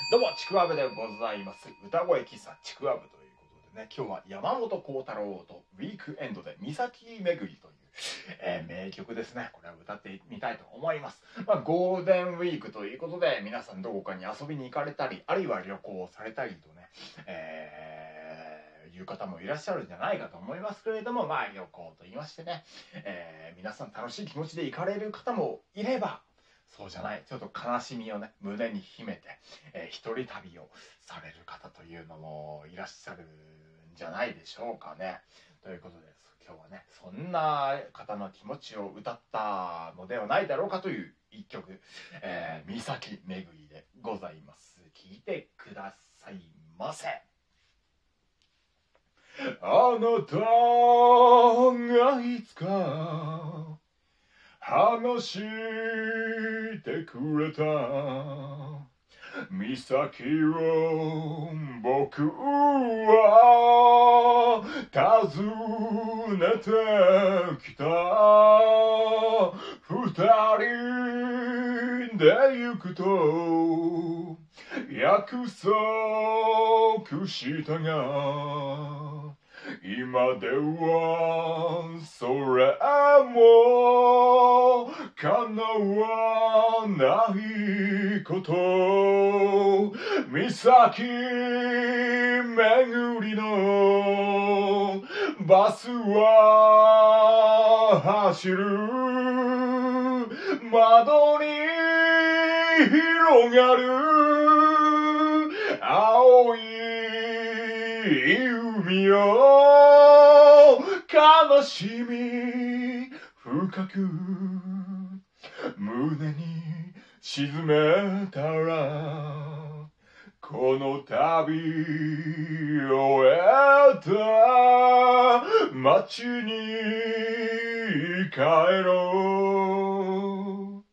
どうもちくわぶでございます。歌声喫茶ちくわぶということでね、今日は山本幸太郎とウィークエンドで岬めぐりという、名曲ですね。これを歌ってみたいと思います。ゴールデンウィークということで、皆さんどこかに遊びに行かれたり、あるいは旅行をされたりとね、いう方もいらっしゃるんじゃないかと思いますけれども、旅行と言いましてね、皆さん楽しい気持ちで行かれる方もいれば、そうじゃない、ちょっと悲しみをね、胸に秘めて、一人旅をされる方というのもいらっしゃるんじゃないでしょうかね。ということで、今日はね、そんな方の気持ちを歌ったのではないだろうかという一曲、岬めぐりでございます。聴いてくださいませ。あなたがいつか話してくれた岬を僕は訪ねてきた。二人で行くと約束したが、今ではそれも叶わないこと。岬めぐりのバスは走る。窓に広がる青い海よ。悲しみ深く胸に沈めたら、この旅を終えた街に帰ろう。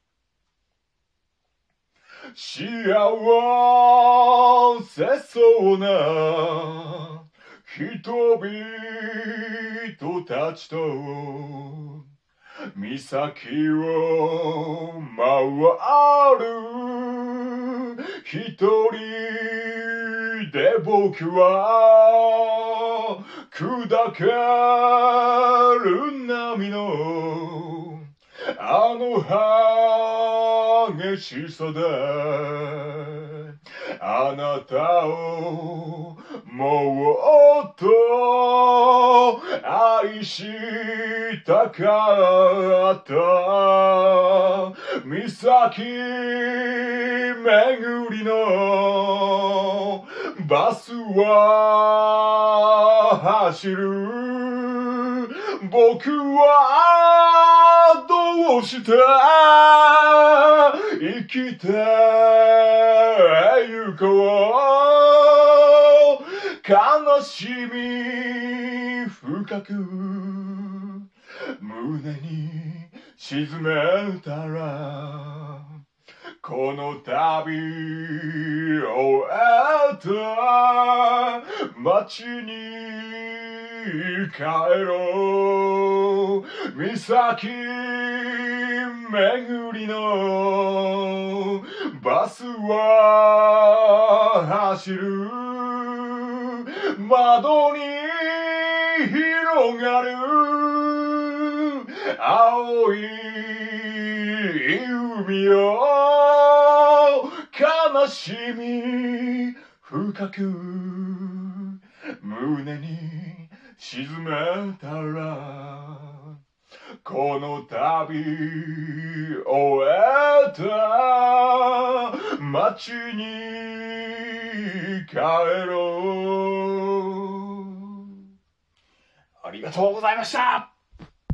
幸せそうな人々たちと岬を回る。一人で僕は砕ける波のあの激しさであなたをもっと愛したかった。岬めぐりのバスは走る。僕はどうして生きてゆこう。悲しみ深く胸に沈めたら、この旅を終えた街に帰ろう。岬めぐりのバスは走る。窓に広がる青い海よ。悲しみ深く胸に沈めたら、この旅終えた街に帰ろう。ありがとうございました。